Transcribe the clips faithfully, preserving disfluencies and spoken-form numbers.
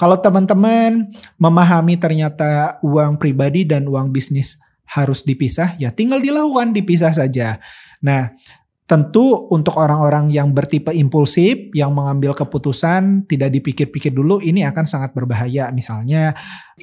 Kalau teman-teman memahami ternyata uang pribadi dan uang bisnis harus dipisah, ya tinggal dilakukan, dipisah saja. Nah, tentu untuk orang-orang yang bertipe impulsif, yang mengambil keputusan tidak dipikir-pikir dulu, ini akan sangat berbahaya. Misalnya,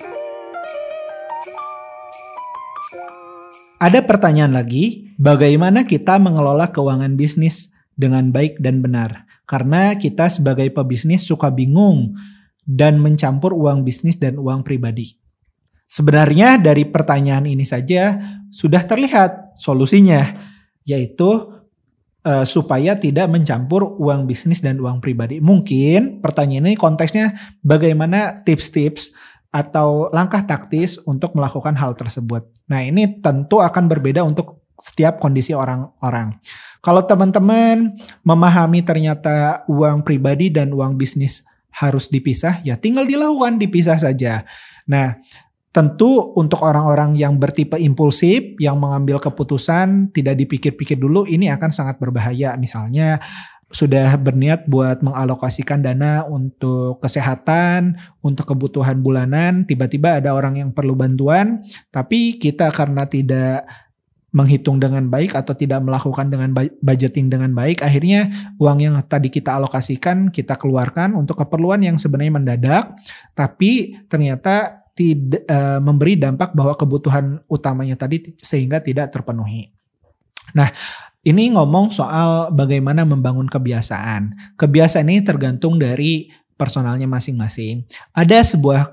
ada pertanyaan lagi, bagaimana kita mengelola keuangan bisnis dengan baik dan benar? Karena kita sebagai pebisnis suka bingung dan mencampur uang bisnis dan uang pribadi. Sebenarnya dari pertanyaan ini saja sudah terlihat solusinya, yaitu uh, supaya tidak mencampur uang bisnis dan uang pribadi. Mungkin pertanyaan ini konteksnya bagaimana tips-tips atau langkah taktis untuk melakukan hal tersebut. Nah, ini tentu akan berbeda untuk setiap kondisi orang-orang. Kalau teman-teman memahami ternyata uang pribadi dan uang bisnis harus dipisah, ya tinggal dilakukan, dipisah saja. Nah, tentu untuk orang-orang yang bertipe impulsif, yang mengambil keputusan tidak dipikir-pikir dulu, ini akan sangat berbahaya. Misalnya sudah berniat buat mengalokasikan dana untuk kesehatan, untuk kebutuhan bulanan, tiba-tiba ada orang yang perlu bantuan, tapi kita karena tidak menghitung dengan baik atau tidak melakukan dengan budgeting dengan baik, akhirnya uang yang tadi kita alokasikan kita keluarkan untuk keperluan yang sebenarnya mendadak, tapi ternyata tidak uh, memberi dampak bahwa kebutuhan utamanya tadi sehingga tidak terpenuhi. Nah, ini ngomong soal bagaimana membangun kebiasaan. Kebiasaan ini tergantung dari personalnya masing-masing. Ada sebuah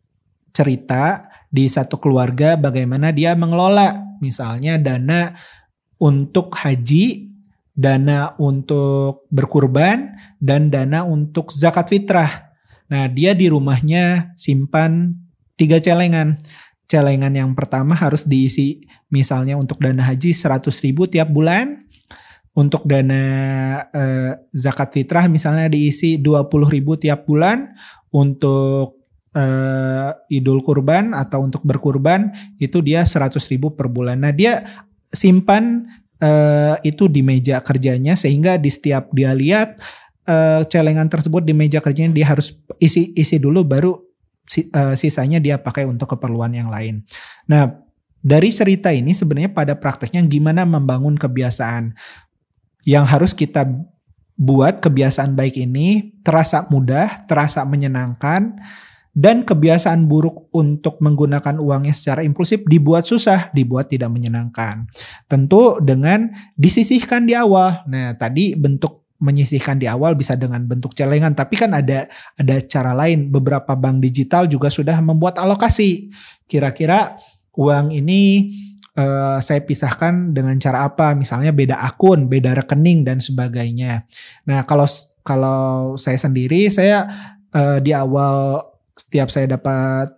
cerita di satu keluarga bagaimana dia mengelola misalnya dana untuk haji, dana untuk berkurban, dan dana untuk zakat fitrah. Nah, dia di rumahnya simpan tiga celengan. Celengan yang pertama harus diisi misalnya untuk dana haji seratus ribu tiap bulan. Untuk dana eh, zakat fitrah misalnya diisi dua puluh ribu tiap bulan. Untuk eh, idul kurban atau untuk berkurban itu dia seratus ribu per bulan. Nah, dia simpan eh, itu di meja kerjanya sehingga di setiap dia lihat eh, celengan tersebut di meja kerjanya dia harus isi isi dulu baru sisanya dia pakai untuk keperluan yang lain. Nah, dari cerita ini sebenarnya pada prakteknya gimana membangun kebiasaan yang harus kita buat. Kebiasaan baik ini terasa mudah, terasa menyenangkan, dan kebiasaan buruk untuk menggunakan uangnya secara impulsif dibuat susah, dibuat tidak menyenangkan. Tentu dengan disisihkan di awal. Nah, tadi bentuk menyisihkan di awal bisa dengan bentuk celengan, tapi kan ada ada cara lain. Beberapa bank digital juga sudah membuat alokasi. Kira-kira uang ini uh, saya pisahkan dengan cara apa? Misalnya beda akun, beda rekening dan sebagainya. Nah, kalau kalau saya sendiri, saya uh, di awal setiap saya dapat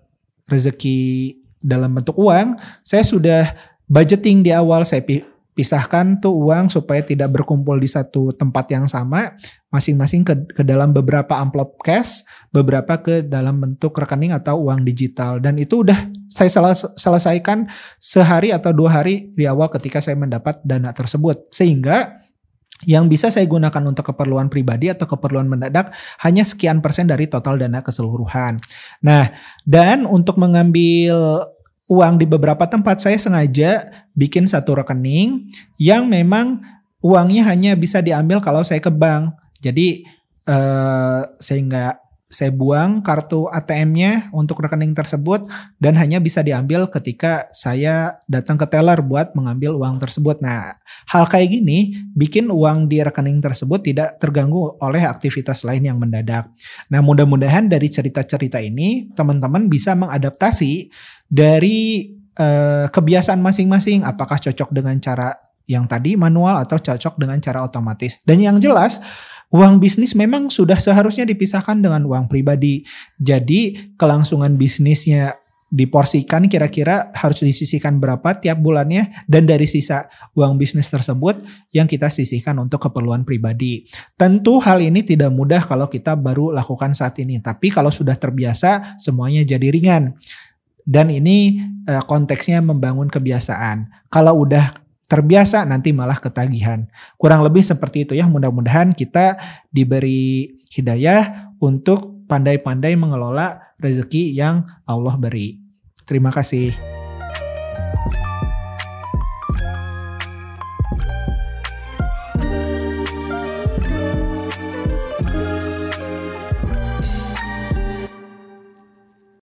rezeki dalam bentuk uang, saya sudah budgeting di awal. Saya pi- pisahkan tuh uang supaya tidak berkumpul di satu tempat yang sama, masing-masing ke, ke dalam beberapa amplop cash, beberapa ke dalam bentuk rekening atau uang digital. Dan itu udah saya seles- selesaikan sehari atau dua hari di awal ketika saya mendapat dana tersebut. Sehingga yang bisa saya gunakan untuk keperluan pribadi atau keperluan mendadak hanya sekian persen dari total dana keseluruhan. Nah, dan untuk mengambil uang di beberapa tempat saya sengaja bikin satu rekening yang memang uangnya hanya bisa diambil kalau saya ke bank. Jadi eh, sehingga saya buang kartu A T M-nya untuk rekening tersebut dan hanya bisa diambil ketika saya datang ke teller buat mengambil uang tersebut. Nah, hal kayak gini bikin uang di rekening tersebut tidak terganggu oleh aktivitas lain yang mendadak. Nah, mudah-mudahan dari cerita-cerita ini teman-teman bisa mengadaptasi dari eh, kebiasaan masing-masing, apakah cocok dengan cara yang tadi manual atau cocok dengan cara otomatis. Dan yang jelas uang bisnis memang sudah seharusnya dipisahkan dengan uang pribadi. Jadi kelangsungan bisnisnya diporsikan, kira-kira harus disisihkan berapa tiap bulannya, dan dari sisa uang bisnis tersebut yang kita sisihkan untuk keperluan pribadi. Tentu hal ini tidak mudah kalau kita baru lakukan saat ini, tapi kalau sudah terbiasa semuanya jadi ringan. Dan ini eh, konteksnya membangun kebiasaan. Kalau udah terbiasa nanti malah ketagihan. Kurang lebih seperti itu ya. Mudah-mudahan kita diberi hidayah untuk pandai-pandai mengelola rezeki yang Allah beri. Terima kasih.